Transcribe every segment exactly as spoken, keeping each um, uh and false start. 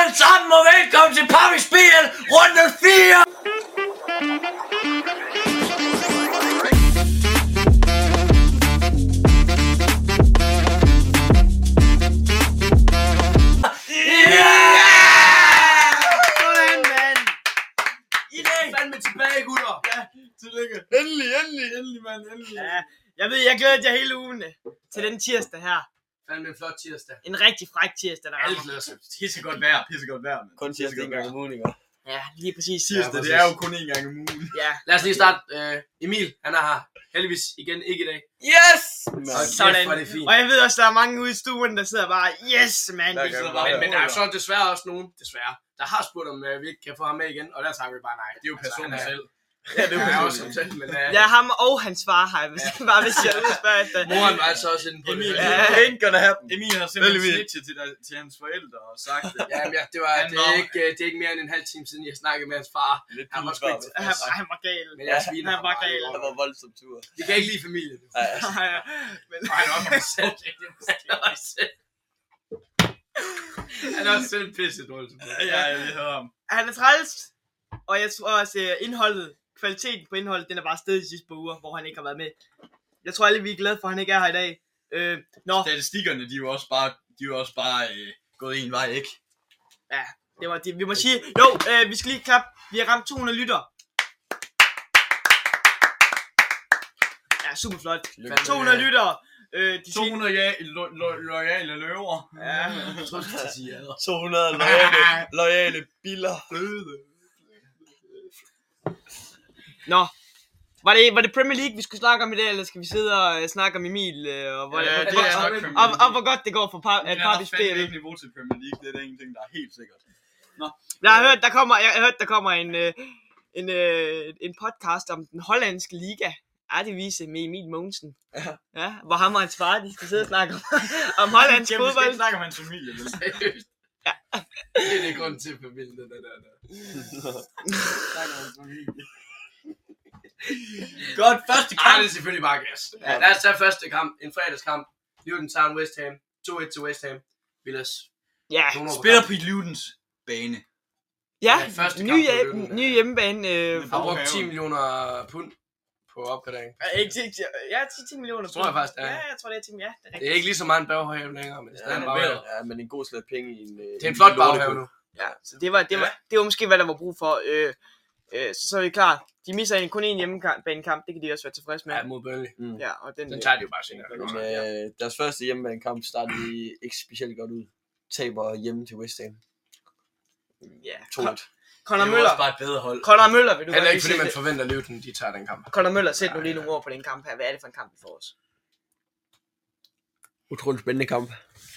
alle sammen, og velkommen til Pappis Spil, runde fire! Tilbage, gutter. Ja, tillykke. Endelig, endelig, endelig, mand, endelig. Ja, jeg ved, jeg glæder jer hele ugen til den tirsdag her. Fandme en flot tirsdag. En rigtig fræk tirsdag, der Alle rammer. glæder sig. Pisse godt vejr, pisse godt vejr, mand. Kun tirsdag en gang om ugen, ikke? Ja, lige præcis. Tirsdag, det er jo kun en gang om ugen. Ja. Lad os lige starte. Uh, Emil, han er her. Heldigvis igen, ikke i dag. Yes! Sådan. Var det fint. Og jeg ved også, der er mange ude i stuen, der sidder bare, yes, man. Der Det kan sidder bare- bare, Men, men der er jo så desværre også nogen, desværre, der har spurgt om uh, vi ikke kan få ham med igen, og der tager vi bare nej. Det er jo personen Altså, han selv. Ja, det er jo også som selv, men uh, ja, ham og hans far har jeg, hvis jeg bare hvis jeg er ude og spørge efter. moren var altså også inde på Emil, det. Ja. ain't gonna happen. Emil har simpelthen Heldigvis. snitchet til, dig- til hans forældre og sagt det. Ja, men ja, det, var, Han det, er var- ikke, øh, det er ikke mere end en halv time siden, jeg snakkede med hans far. Lidt Han var sgu ikke Han, han var gal. Men jeg sviner han ham var bare i gal. går. Det var voldsomt tur. Vi kan ikke lide familien. Ja, Ja, men, Og han er også selv. Han er også selv. Han er også selv pisset dårligt. ja, jeg vil høre ham. han er træls, og jeg tror også, at indholdet, kvaliteten på indholdet, den er bare stedet de sidste par uger, hvor han ikke har været med. Jeg tror alle, vi er glade for, at han ikke er her i dag. Øh, nå, Statistikkerne, de er jo også bare, de er jo også bare øh, gået en vej, ikke? ja, det var det. Vi må sige, jo, øh, vi skal lige klappe. Vi har ramt to hundrede lytter. Ja, super flot. to hundrede lytter. Øh, de to hundrede ja, lo, lo, loyale løver. Ja. Jeg tror, jeg skal sige ja. to hundrede loyale, loyale biller. Nå, var det, var det Premier League, vi skulle snakke om i dag, eller skal vi sidde og øh, snakke om Emil, øh, og, hvor, Ja, hvor, det hvor, er nok og, Premier og, League. og hvor godt det går for par, at Men han Pappis har fandme spil. ikke niveau til Premier League, det er der ingenting, der er helt sikkert. Jeg har hørt, der kommer, jeg har hørt, der kommer en, øh, en, øh, en podcast om den hollandske liga. Eredivisie med Emil Mogensen. Ja. Ja, hvor ham og hans far, de skal sidde og snakke om, om hollandsk Jamen, vi skal fodbold. ikke snakke om hans familie, vel? Seriøst. Det er det grund til familien, den der der. der. Snakke om hans familie. Godt, første Ej, kamp. det er selvfølgelig bare gas. Ja, lad os tage første kamp. En fredagskamp. Luton Town West Ham. to et til West Ham. Villas. Ja, Spiller på Lutens bane. ja, Ja, første ny, kamp på hjem, Luton, ny ja. hjemmebane. Øh, Har brugt ti millioner pund på opgradering. Ja, ikke ti, ja, ti, ti millioner. Tror jeg faktisk, ja. Ja, jeg tror det er ti, ja, det er Det rigtigt. er ikke lige så meget en baghave længere, men det er Ja, en men, baghave. ja, men en god slat penge i en... Det er en flot baghave nu. Ja, så det var, det var, det var måske, hvad der var brug for. Øh, øh, så, så er vi klar. De misser en, kun én hjemmebanekamp, det kan de også være tilfredse med. Ja, mod Burnley. Mm. Ja, og den, Den tager de jo bare senere. Men, øh, deres første hjemmebanekamp startede ikke specielt godt ud. Taber hjemme til West Ham. ja. to et. Conor Det var Møller. også bare et bedre hold. Conor Møller, vil du Heller godt ikke fordi lige man sætte- forventer, at Luton de tager den kamp. Conor Møller, sæt nu lige nogle ord på den kamp her. Hvad er det for en kamp, vi får os? Utroligt spændende kamp.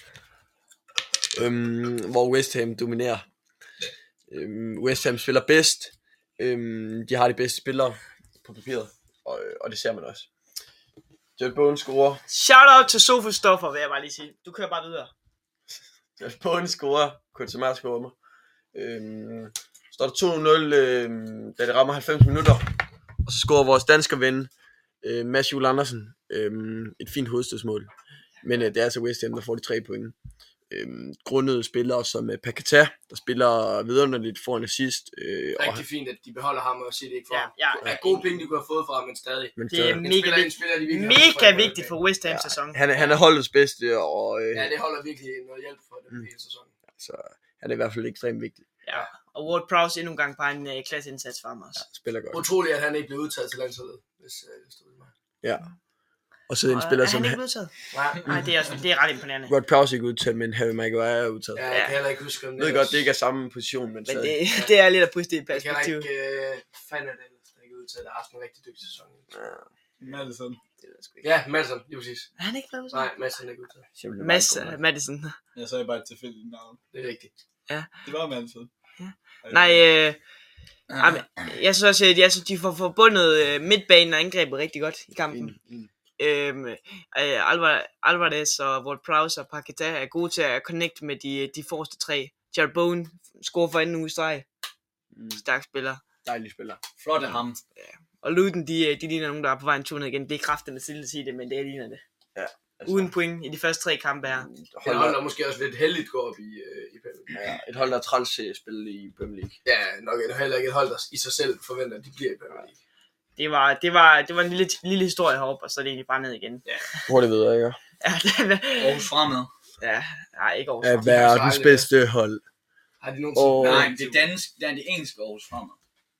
Øhm, hvor West Ham dominerer. Øhm, West Ham spiller bedst. Øhm, de har de bedste spillere på papiret. Og, og det ser man også. Jared Bowen scorer. Shout out til Sofus Stoffer, vil jeg bare lige sige. Du kører bare videre. Jared Bowen scorer. Kurtzemar scorer mig. Øhm, står der to nul, øhm, da det rammer halvfems minutter. Og så scorer vores dansker ven, øh, Mads Juhl Andersen, øhm, et fint hovedstødsmål. Men øh, det er altså West Ham, der får de tre point. Øhm, grundede spillere som øh, Paquetá, der spiller vidunderligt for en assist. Øh, og, Rigtig fint, at de beholder ham og siger det ikke for Ja, ham. ja. Det er gode penge, de kunne have fået fra ham, men stadig. men Det er så, En mega spiller, en vigtigt. spiller, de virkelig har brug for Mega i vigtigt Burnley. for West Ham sæson. han, er, han er holdets bedste, og øh, Ja, det holder virkelig noget hjælp for dem Mm. hele sæsonen. så, han er i hvert fald ekstremt vigtig. Ja. Og Ward Prowse endnu en gang bare en uh, klasse indsats for ham også. Spiller godt. Utroligt, at han ikke blev udtaget til landsholdet, hvis øh, det stod i mig. Ja. Og så en Og spiller er som han ikke udtaget? Nej, Nej, det er, også, det er ret imponerende. Rod Prowse ikke udtaget, men Harry Maguire er udtaget. ja, jeg kan heller ikke huske, om Jeg ved godt, det ikke er samme position, men, Men stadig. det, det er lidt at puste i Jeg kan heller perspektiv. ikke øh, fanden af det, der ikke er udtaget. Der har haft en rigtig dygtig sæson. Madison. Det ved jeg sgu ikke. Ja, Madsen, lige præcis. Er han ikke blevet udtaget? Nej, Madsen er ikke udtaget. Mads uh, Madison. Jeg sagde bare et tilfældigt navn. Det er rigtigt. Det var Madison. Ja. Nej, øh, jamen, jeg synes også, at jeg synes, de får forbundet øh, midtbanen og angrebet rigtig godt i kampen. Mm. Øhm, øh, Alvar, Alvarez og Ward Prowse og Paquetá er gode til at connecte med de, de forreste tre. Jared Bowen scorer for anden uge i streg. Mm. Stærk spiller. Dejlig spiller. Flot af ham. Og Luton, de, de ligner nogen, der er på vej en tur ned igen. Det er kraftende stille at sige det, men det ligner det. Altså, uden point i de første tre kampe her. Det hold hold, der, der måske også lidt heldigt går op i, øh, i Premier League. ja, et hold, der er træls til at spille i Premier League. Ja, nok er heller ikke et hold, der i sig selv forventer, at de bliver i Premier League. Det var, det var, det var en lille, lille historie heroppe, og så er det egentlig bare ned igen. Ja. Hurtigt videre, ikke? Ja, det, Aarhus Fremad. ja, nej, ikke over. Af verdens bedste hold. Har de nogensinde... Og- Nej, det er dansk, det er det engelske Aarhus Fremad.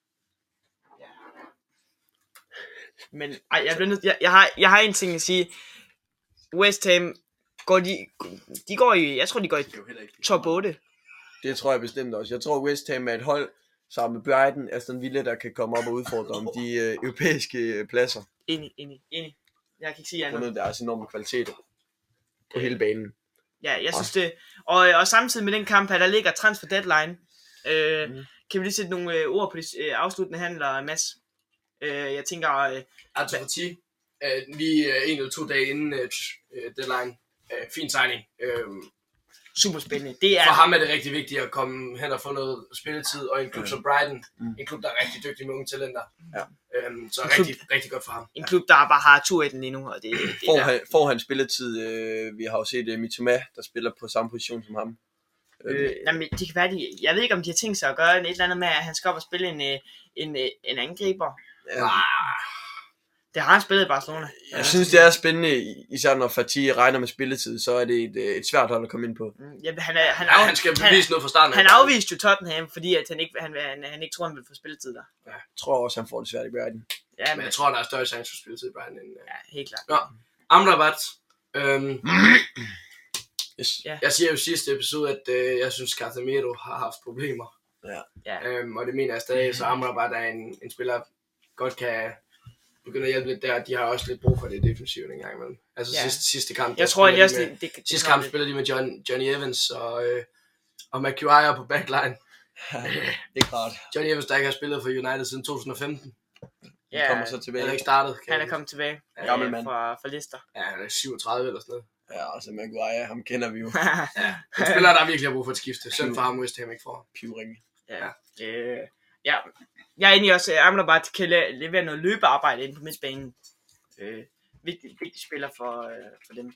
Men ej, jeg, bliver nødt, jeg, jeg, har, jeg har en ting at sige. West Ham, går de, de går i, jeg tror de går i Det er jo heller ikke top otte. Det tror jeg bestemt også. Jeg tror, West Ham er et hold sammen med Brighton, Aston Villa, der kan komme op og udfordre om de øh, europæiske øh, pladser. Enig, enig, enig. Jeg kan ikke sige andet. Grundet deres enorme kvaliteter på hele banen. Ja, jeg synes det. Og, og samtidig med den kamp her, der ligger transfer deadline. Øh, Mhm. Kan vi lige sætte nogle øh, ord på de øh, afsluttende handler, Mads? Øh, jeg tænker, øh, Arthur Fati, øh, lige øh, en eller to dage inden øh, deadline. Øh, fin signing. Øh, super spændende. Det er, For ham er det rigtig vigtigt at komme hen og få noget spilletid, og en klub som Brighton, Mm. en klub, der er rigtig dygtig med unge talenter. Ja. Øhm, så En klub- rigtig, rigtig godt for ham. en klub, der bare har tur i den lige nu, og det, det Får er han, får han spilletid? Øh, vi har jo set uh, Mitoma, der spiller på samme position som ham. Øh, jamen, det kan være, de, jeg ved ikke, om de har tænkt sig at gøre et eller andet med, at han skal op og spille en, øh, en, øh, en angriber. Ja, Det har han spillet i Barcelona. jeg synes, det er spændende, især når Fatih regner med spilletid, så er det et, øh, et svært hold at komme ind på. Mm, Jamen, han, er, han, Ja, af, han skal han, bevise noget fra starten. han afviste jo Tottenham, fordi at han, ikke, han, han, han ikke tror, han vil få spilletid der. Jeg tror også, han får det svært i Brighton. Ja, Men men, jeg tror, der er større chance for spilletid i Brighton end... øh, ja, helt klart. Nå. Amrabat. Øhm, Yes. Ja. jeg siger jo i sidste episode, at øh, jeg synes, Casemiro har haft problemer. Ja. Øhm, og det mener jeg stadig, så Amrabat er en, en spiller, godt kan begynde at hjælpe lidt der. De har også lidt brug for det defensivt en gang imellem. Altså Ja. sidste, sidste kamp. der Jeg tror egentlig spiller også, de med, det, det, det sidste det- kamp spiller de med John, Johnny Evans og, øh, og Maguire på backline. Det er klart. Johnny Evans, der ikke har spillet for United siden to tusind og femten. Han kommer så Han tilbage. er ikke startet. Kan han er jeg kommet tilbage Ja, gammel øh, mand. fra, fra lister. Ja, han er syvogtredive eller sådan noget. Ja, altså Maguire, ham kender vi jo. Ja. En spiller, der virkelig har brug for et skifte. Synd for ham, West Ham ikke får. Pivringe. Ja. Øh, ja. Jeg er egentlig også, at Amrabat kan le- levere noget løbearbejde ind på midtbanen. Øh, vigtig, vigtig spiller for, øh, for dem.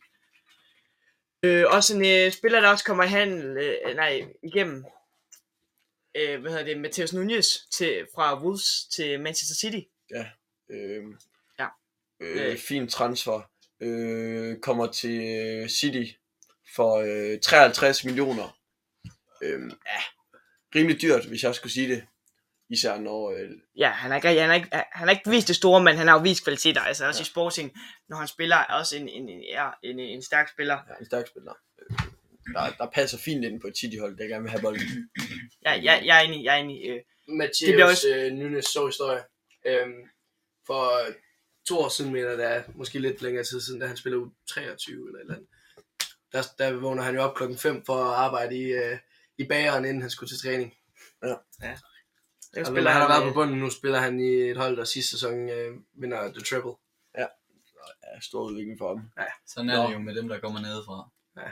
Øh, også en øh, spiller, der også kommer i handel, øh, nej, igennem, øh, hvad hedder det, Matheus Nunez til, fra Wolves til Manchester City. Øh, Ja. Øh, Øh. fin transfer. Øh, kommer til øh, City for øh, treoghalvtreds millioner. Øh, ja, rimelig dyrt, hvis jeg skulle sige det. Især når... Øh, Ja, han har ikke, han har ikke, han har ikke vist det store, men han har jo vist kvaliteter, altså også ja. i Sporting, når han spiller, er også en, en, en, ja, en, en stærk spiller. ja, en stærk spiller. Øh, der, der passer fint ind på et City-hold, der gerne vil have bolden. Ja, jeg, jeg er enig, jeg er enig. Øh, Mathias Det bliver også- øh, Nunes så historie. Øhm, for to år siden, mener jeg, det er måske lidt længere tid siden, da han spiller U treogtyve eller et eller andet. Der, der vågner han jo op klokken fem for at arbejde i, øh, i bageren, inden han skulle til træning. det Og spiller han har været øh, på bunden, nu spiller han i et hold, der sidste sæson øh, vinder The Treble. Ja, stor udvikling for ham. Sådan er Nå. det jo med dem, der kommer nedefra.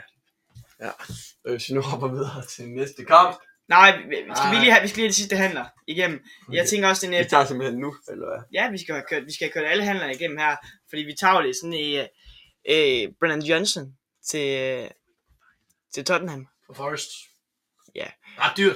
Øh, så nu hopper vi videre til næste kamp. Nej, vi, vi, skal Nej. vi, lige have, vi skal lige have de sidste handler igennem. Jeg tænker også, den, Vi øh, tager simpelthen nu, eller hvad? ja, vi skal, have kørt, vi skal have kørt alle handlerne igennem her, fordi vi tager jo det sådan i øh, øh, Brennan Johnson til, øh, til Tottenham. For Forrest. Ja. Ret dyrt.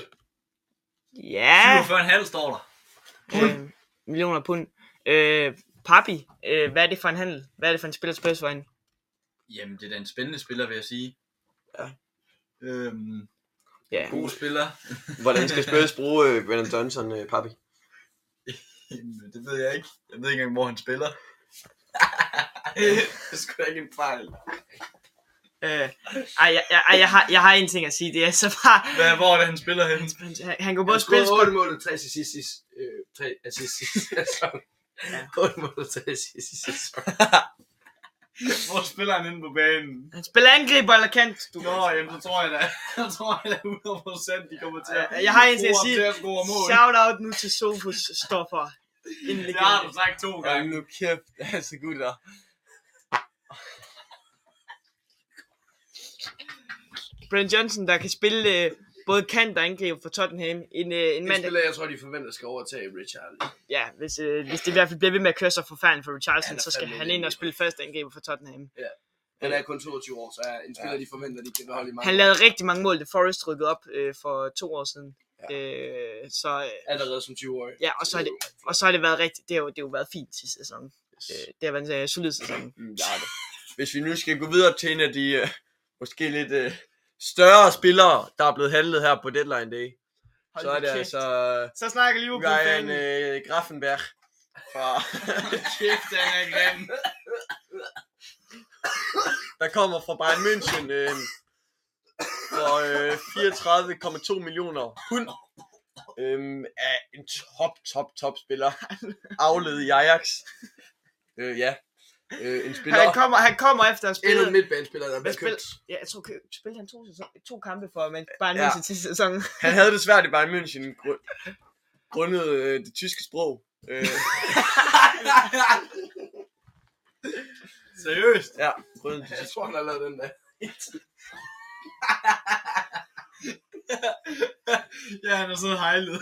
Ja, syvogfyrre komma fem står der. øh, millioner pund. Øh, Papi, øh, hvad er det for en handel? Hvad er det for en spiller til Spurs for en? Jamen, det er da en spændende spiller, vil jeg sige. Ja. Øhm, Ja, god spiller. Hvordan skal Spurs bruge øh, Brennan Johnson, øh, Papi? Jamen, det ved jeg ikke. Jeg ved ikke engang, hvor han spiller. det er sgu da ikke en fejl. øh, ej, jeg, jeg, ej, jeg, har, jeg har en ting at sige, det er så bare, Hvad, hvor er det, han spiller hen? han, han kan både Han spille scorede på otte mål og tre assist sidst. Øh, tre assist sidst sæson. Ja. otte mål og tre assist sidst sæson. Hvor spiller han inde på banen? Han spiller angriber eller kant. Du Nå, jamen, så tror jeg da, jeg tror jeg da hundrede procent, de kommer til at... Øh, jeg har en ting at bruge ham sige. til at score mål. Shout out nu til Sofus Stoffer. En Det har du legende. sagt to gange. nu kæft, altså gutter. Brennan Johnson, der kan spille øh, både kant og angriber for Tottenham. En, øh, en En mand, der, spiller, jeg tror, de forventer skal overtage Richard. ja, hvis, øh, hvis det i hvert fald bliver ved med at køre sig forfærdeligt for Richarlison, Han er så skal fandme han ind og elendig. spille første angriber for Tottenham. Ja. Han er kun toogtyve år, så er en spiller, ja. De forventer, de kan beholde i mange Han lavede rigtig mange mål, da Forrest rykkede op øh, for to år siden. Ja. Øh, så, øh, allerede som tyve-årig. Ja, og så, har det, og så har det været rigtig, det har jo, det har jo været fint sidste sæson. Yes. Øh, det har været en uh, solid sæson. Mm, ja, det. Hvis vi nu skal gå videre til en af de uh, måske lidt uh, større spillere, der er blevet handlet her på Deadline Day, hold så er det kæft. altså så snakker Liverpool Ryan uh, Graffenberg fra Kæft, den er grim. der kommer fra Bayern München øh, for øh, fireogtredive komma to millioner pund. Øhm, er en top, top, top spiller. Afledet i Ajax. Øh, ja. Øh, en spiller. Han kommer, han kommer efter at spille. Endnu en midtbanespiller, der bliver købt. Ja, jeg tror, køb, spillede han to, sæson, to kampe for men Bayern München ja. Til sæsonen. Han havde det svært i Bayern München, gr- grundet øh, det tyske sprog. Øh. Seriøst? Ja, grundet det Jeg tyske tror, han har lavet den der. Ja, han er så hejlet.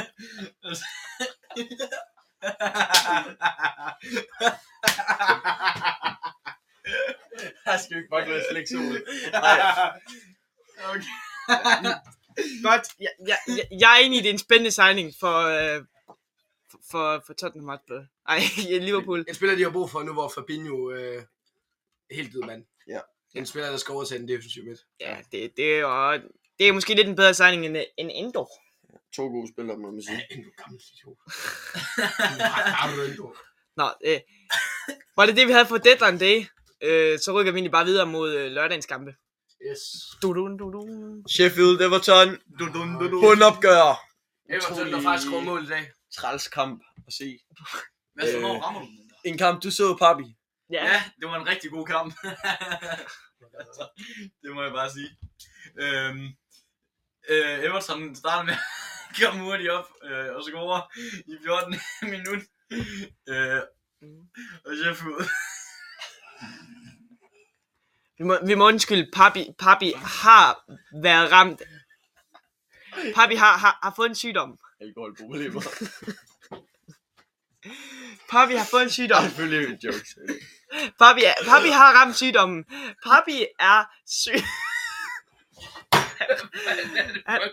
Jeg skal ikke bare gå slik sol. Nej. Okay. Godt. Jeg, jeg, jeg, jeg er enig i, det er en spændende signing for, øh, for, for Tottenham Hotspur. Ej, Liverpool. En spiller, de har brug for nu, hvor Fabinho øh, er helt død mand. Ja. En spiller, der skal overtage den defensive midt. Ja, det, det, er jo, det er måske lidt en bedre signing end, end Endo. To gode spillere, må man sige. Ja, Endo gammel idiot. Har du Endo? Nå, øh, var det det, vi havde for Deadline Day? Øh, så rykker vi egentlig bare videre mod øh, lørdagens kampe. Yes. Du, du, du, du. Sheffield Everton. Du, du, du, du. Bundopgør. Everton der faktisk scorer mål i dag. Træls kamp at se. Hvad så, Øh, hvor rammer du den der? En kamp, du så, Papi. Ja. Ja, det var en rigtig god kamp. Altså, det må jeg bare sige. Øhm, øh, Everton starter med at komme hurtigt op øh, og score i fjortende minut. Øh, og Sheffield. Vi må, vi må undskylde, Papi, Papi har været ramt. Papi har, har, har fået en sygdom. Alkoholproblemer. Papi har fået en sygdom. Selvfølgelig en joke. Papi, er- Papi har ramt sygdommen. Papi er syg. Han-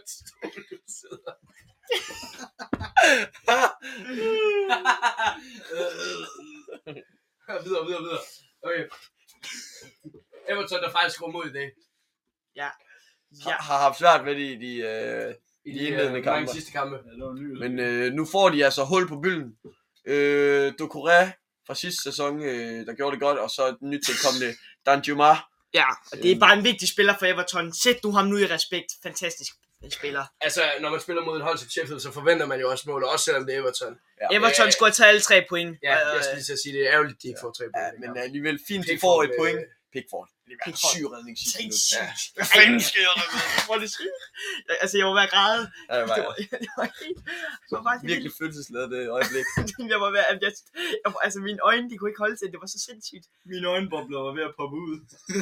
videre, videre, videre. Okay. Everton der faktisk scorer mål i dag. Ja. Har, har haft svært ved det i de, øh, I de de indledende øh, kampe. mange sidste kampe. Men øh, nu får de altså hul på bylden. Øh, Doucouré fra sidste sæson, øh, der gjorde det godt, og så nyt tilkommende Danjuma. Ja, og det er bare en vigtig spiller for Everton. Sæt nu ham nu i respekt. Fantastisk spiller. Altså, når man spiller mod et hold som Sheffield, så forventer man jo også mål, også selvom det er Everton. Ja. Everton skulle have taget alle tre point. Ja, Og, jeg skal lige så sige, det er ærgerligt, de ikke får tre point. Ja, men alligevel fint, de Pickford får et med- point. Pickford. Pickford. Syg redning sidste minut. Sindssygt. Ja. Hvad fanden sker der? Hvor er det sygt? Altså, jeg var ved at græde. Ja, det var, Det var, det var helt... Det var faktisk virkelig følelsesladet det øjeblik. vildt. Jeg var ved at... Jeg, jeg, altså, mine øjne, de kunne ikke holde til det. Det var så sindssygt. Mine øjenbobler var ved at poppe ud.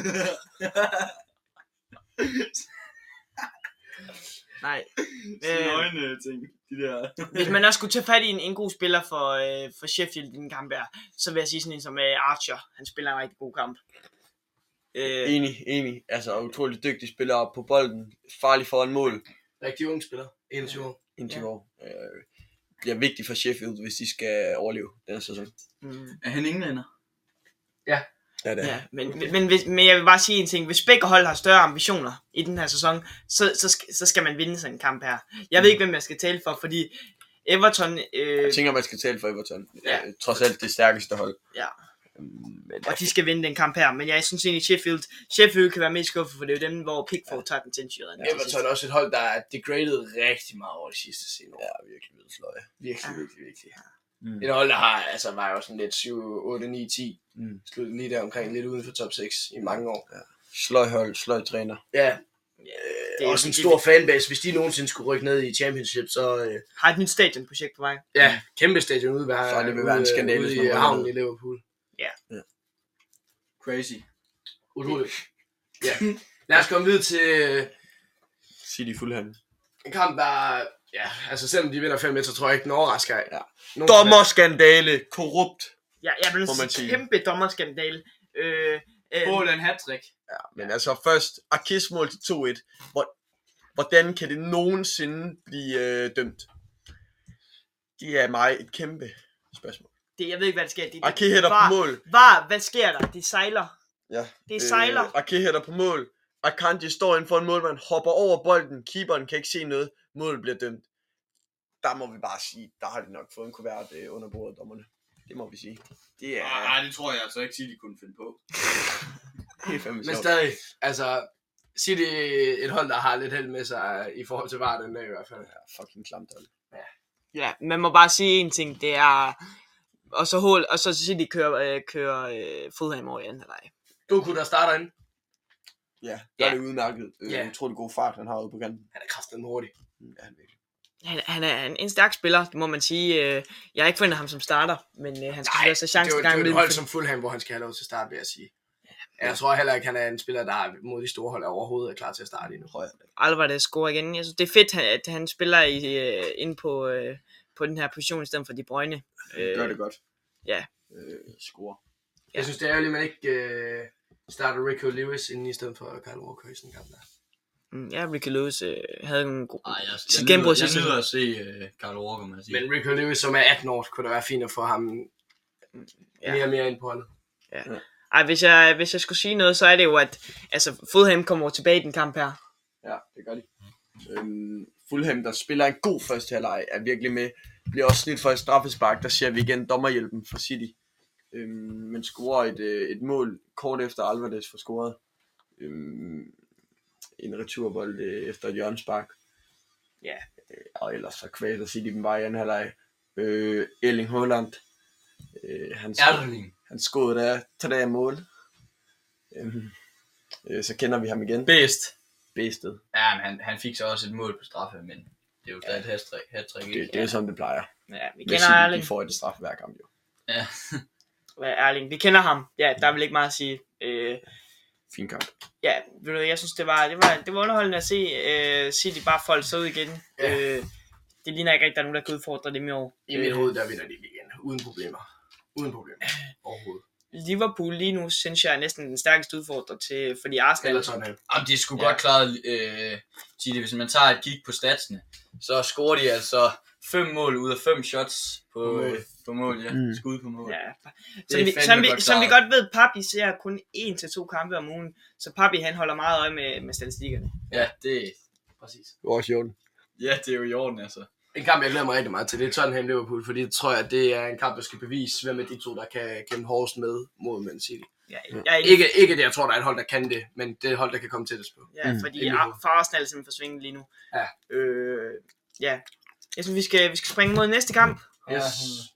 Nej. Sådan Øh, øjne ting, de der. hvis man også skulle tage fat i en, en god spiller for, øh, for Sheffield i den kamp her, så vil jeg sige sådan en som øh, Archer. Han spiller en rigtig god kamp. Øh, Enig, enig. Altså, utrolig dygtig spiller op på bolden. Farlig foran mål. Rigtig unge spiller. enogtyve år. Indtil Ja. hvor. Øh, bliver vigtigt for Sheffield, hvis de skal overleve den sæson. mm, Er han englænder? Ja, det er. ja, men, men, hvis, men jeg vil bare sige en ting. Hvis begge hold har større ambitioner i den her sæson, så, så, skal, så skal man vinde sådan en kamp her. Jeg ved ikke, hvem jeg skal tale for, fordi Everton... Øh, Jeg tænker, man skal tale for Everton. Ja. Øh, trods alt det stærkeste hold. Ja. Men, og de skal vinde den kamp her. Men jeg synes egentlig, Sheffield, Sheffield kan være mest skuffet, for det er jo dem, hvor Pickford tager den sindssyge redning. Everton er også et hold, der er degraded rigtig meget over de sidste scene. ja, virkelig ved sløje. Virkelig, Ja. virkelig, virkelig. Mm. Et hold, der har, altså, var jo sådan lidt syv, otte, ni, ti. Mm. Sluttet lige der omkring, lidt uden for top seks i mange år. Sløj hold, sløj træner. Ja. Det Det er er også en det- stor fanbase. Hvis de nogensinde skulle rykke ned i Championship, så øh, Har et nyt stadionprojekt på vej. ja, kæmpe stadion ude, ved, Så det vil være en skandale, ude hvis i man rykker havnen ned. i Liverpool. Crazy. Utroligt. Ja. Lad os komme videre til øh, City Fulham. en kamp, der, ja, altså selvom de vinder fem et, så tror jeg ikke, den overrasker. Ja. Nogen- Dommerskandale. Korrupt. Ja, jeg vil Må man sige sige. kæmpe dommerskandale. Øh, Øh, Mål er en hat-trick. Ja, men altså først, Akis mål til to et. Hvor, hvordan kan det nogensinde blive øh, dømt? Det er mig et kæmpe spørgsmål. det, jeg ved ikke, hvad der sker. Det, Aki hætter var, på mål. Var, hvad sker der? De sejler. Ja. Det sejler. Øh, Aki hætter på mål. Akanji står inden for en målmand, hopper over bolden. Keeperen kan ikke se noget. Målet bliver dømt. Der må vi bare sige, der har de nok fået en kuvert øh, under bordet, dommerne. Det må vi sige. Det er, Nej, det tror jeg altså ikke, City kunne finde på. det er fandme Men sjovt. stadig, altså, City et hold, der har lidt held med sig i forhold til V A R den dag i hvert fald. Ja, fucking klamt hold. Ja, man må bare sige en ting. Det er... Og så, hold, og så siger de kører, øh, kører øh, Fulham over i anden halvleg. Doku, der starter ind. Ja, der Ja. er det udmærket. Øh, Ja. Jeg tror, det god fart, han har ude på kanten. Han er kraften hurtig. Ja, han virkelig. Han, han er en, en stærk spiller, det må man sige. Øh, Jeg har ikke fundet ham som starter, men øh, han skal selvfølgelig også have det er chancen jo en gang det er jo et imellem. hold som Fulham, hvor han skal have lov til at starte, vil jeg sige. Jeg tror heller ikke, han er en spiller, der er mod de store hold, er overhovedet er klar til at starte endnu. Tror jeg. Alvarez scorer igen. Jeg synes, det er fedt, at han spiller i, øh, inde på, øh, på den her position, i stedet for De Bruyne. Øh, gør det godt. ja. Øh, score. Ja. Jeg synes, det er ærgerligt, at man ikke øh, starter Rico Lewis inden i stedet for Kyle Walker i sådan en kamp der. Mm, Ja, Ricky Lewis øh, havde en god Ej, jeg, sit jeg, gennembrud nyder, jeg sidste nyder at se uh, Carl Walker, må jeg sige. Men Rico Lewis, som er atten år, kunne det være fint at få ham Ja. mere og mere ind på holdet. Ej, hvis jeg, hvis jeg skulle sige noget, så er det jo, at altså, Fulham kommer tilbage i den kamp her. Ja, det gør de. Øhm, Fulham, der spiller en god første halvleg, er virkelig med. Bliver også snydt for et straffespark. Der ser vi igen dommerhjælpen for City. Øhm, men scorer et, øh, et mål kort efter Alvarez får scoret. Øhm, en returbold øh, efter et hjørnespark. Ja. Øh, og ellers så kvæler City dem bare i anden halvleg. Øh, Erling Haaland. Øh, han, Erling. han skåede der tre mål. Øhm, øh, så kender vi ham igen. Bedst. Bedsted. Ja, men han, han fik så også et mål på straffe, men det er jo stadig et hat-trick, hat-trick, Det, ikke? det er sådan, det plejer. Ja, vi Hvis kender City Erling. de får et straf hver kamp, jo. Ja. Ja, Erling. Vi kender ham. Ja, der er vel ikke meget at sige. Øh, Fin kamp. ja, ved du, jeg synes, det var, det var, det var underholdende at se øh, City bare folde sig ud igen. Ja. Øh, det ligner ikke rigtig, der er nogen, der kan udfordre dem i år. I mit hoved, der vinder de igen. Uden problemer. Uden problemer. Overhovedet. Liverpool lige nu, synes jeg, er næsten den stærkeste udfordrer til, fordi Arsenal... Eller Tottenham. Jamen, de skulle Ja. ja. godt klare, øh, City, hvis man tager et kig på statsene, så scorer de altså fem mål ud af fem shots på, På mål. øh, på mål, ja. Mm. Mm. Skud på mål. Ja. Det Som er vi, fandme som, vi, godt som vi klaret. godt ved, Papi ser kun en til to kampe om ugen, så Papi han holder meget øje med, med statistikkerne. Ja, det, Præcis. Det var også i orden. ja, det er jo i orden, altså. En kamp, jeg glæder mig rigtig meget til, det er Tottenham Liverpool, fordi det tror jeg, at det er en kamp, der skal bevise, hvem af de to, der kan kæmpe hårdest med mod Man City. Ja, jeg er Ikke, ikke det, jeg tror, der er et hold, der kan det, men det er et hold, der kan komme tættest på. Ja, Mm. fordi Endelig. Ar- for Arsenal er simpelthen forsvinget lige nu. Ja. Øh, ja. Jeg synes, vi skal, vi skal springe mod næste kamp. Yes.